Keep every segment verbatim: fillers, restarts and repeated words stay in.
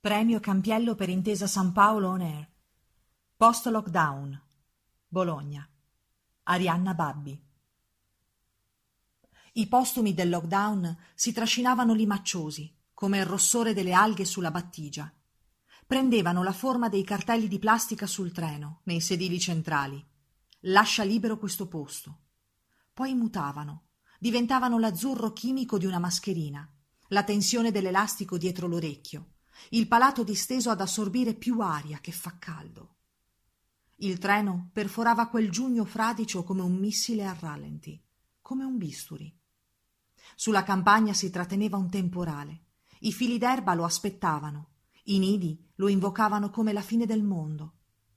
Premio Campiello per Intesa San Paolo On Air. Post-lockdown. Bologna. Arianna Babbi. I postumi del lockdown si trascinavano limacciosi, come il rossore delle alghe sulla battigia. Prendevano la forma dei cartelli di plastica sul treno, nei sedili centrali. Lascia libero questo posto. Poi mutavano, diventavano l'azzurro chimico di una mascherina, la tensione dell'elastico dietro l'orecchio, il palato disteso ad assorbire più aria che fa caldo. Il treno perforava quel giugno fradicio come un missile a rallenti, come un bisturi. Sulla campagna si tratteneva un temporale. I fili d'erba lo aspettavano. I nidi lo invocavano come la fine del mondo.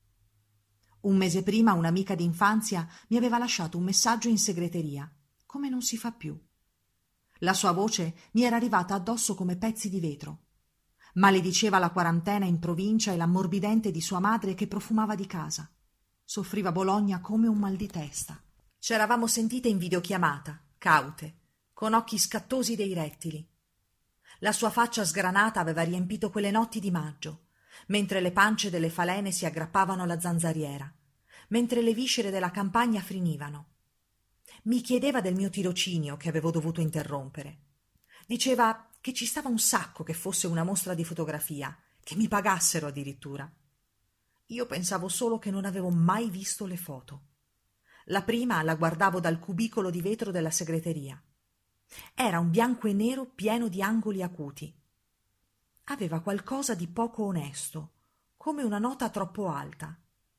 Un mese prima un'amica d'infanzia mi aveva lasciato un messaggio in segreteria, come non si fa più. La sua voce mi era arrivata addosso come pezzi di vetro. Malediceva la quarantena in provincia e l'ammorbidente di sua madre che profumava di casa. Soffriva Bologna come un mal di testa. C'eravamo sentite in videochiamata, caute, con occhi scattosi dei rettili. La sua faccia sgranata aveva riempito quelle notti di maggio, mentre le pance delle falene si aggrappavano alla zanzariera, mentre le viscere della campagna frinivano. Mi chiedeva del mio tirocinio che avevo dovuto interrompere. Diceva che ci stava un sacco che fosse una mostra di fotografia, che mi pagassero addirittura. Io pensavo solo che non avevo mai visto le foto. La prima la guardavo dal cubicolo di vetro della segreteria. Era un bianco e nero pieno di angoli acuti. Aveva qualcosa di poco onesto, come una nota troppo alta.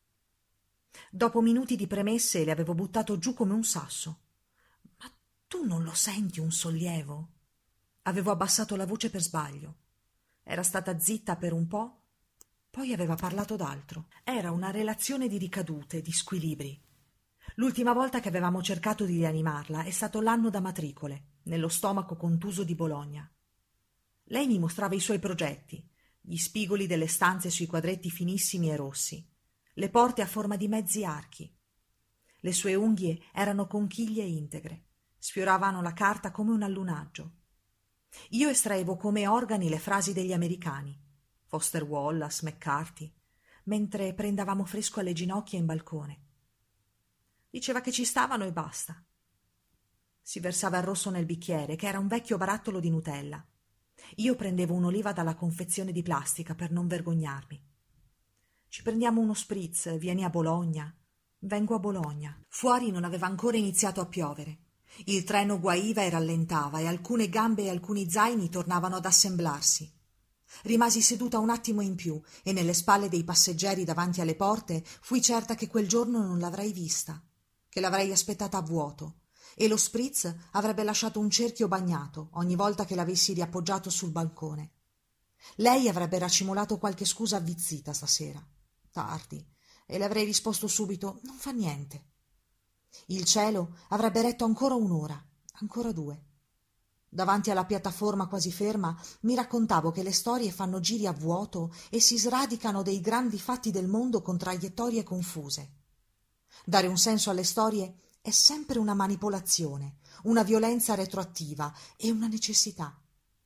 Dopo minuti di premesse le avevo buttato giù come un sasso. «Ma tu non lo senti un sollievo?» Avevo abbassato la voce per sbaglio. Era stata zitta per un po', poi aveva parlato d'altro. Era una relazione di ricadute, di squilibri. L'ultima volta che avevamo cercato di rianimarla è stato l'anno da matricole, nello stomaco contuso di Bologna. Lei mi mostrava i suoi progetti, gli spigoli delle stanze sui quadretti finissimi e rossi, le porte a forma di mezzi archi. Le sue unghie erano conchiglie integre, sfioravano la carta come un allunaggio. Io estraevo come organi le frasi degli americani, Foster Wallace, McCarthy, mentre prendavamo fresco alle ginocchia in balcone. Diceva che ci stavano e basta. Si versava il rosso nel bicchiere, che era un vecchio barattolo di Nutella. Io prendevo un'oliva dalla confezione di plastica per non vergognarmi. Ci prendiamo uno spritz, vieni a Bologna. Vengo a Bologna. Fuori non aveva ancora iniziato a piovere. Il treno guaiva e rallentava e alcune gambe e alcuni zaini tornavano ad assemblarsi. Rimasi seduta un attimo in più e nelle spalle dei passeggeri davanti alle porte fui certa che quel giorno non l'avrei vista, che l'avrei aspettata a vuoto e lo spritz avrebbe lasciato un cerchio bagnato ogni volta che l'avessi riappoggiato sul balcone. Lei avrebbe racimolato qualche scusa avvizzita stasera, tardi, e le avrei risposto subito «non fa niente». Il cielo avrebbe retto ancora un'ora, ancora due. Davanti alla piattaforma quasi ferma mi raccontavo che le storie fanno giri a vuoto e si sradicano dei grandi fatti del mondo con traiettorie confuse. Dare un senso alle storie è sempre una manipolazione, una violenza retroattiva e una necessità.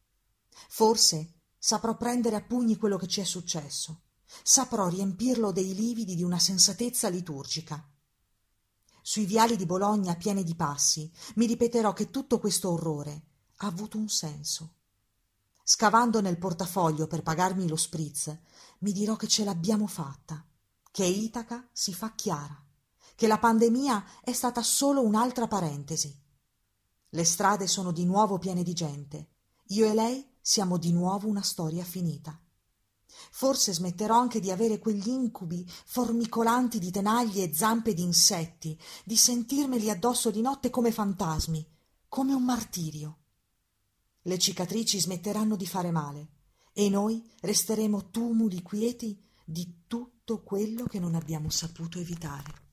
Forse saprò prendere a pugni quello che ci è successo, saprò riempirlo dei lividi di una sensatezza liturgica. Sui viali di Bologna pieni di passi mi ripeterò che tutto questo orrore ha avuto un senso. Scavando nel portafoglio per pagarmi lo spritz, mi dirò che ce l'abbiamo fatta, che Itaca si fa chiara, che la pandemia è stata solo un'altra parentesi. Le strade sono di nuovo piene di gente. Io e lei siamo di nuovo una storia finita. Forse smetterò anche di avere quegli incubi formicolanti di tenaglie e zampe di insetti, di sentirmeli addosso di notte come fantasmi, come un martirio. Le cicatrici smetteranno di fare male e noi resteremo tumuli quieti di tutto quello che non abbiamo saputo evitare.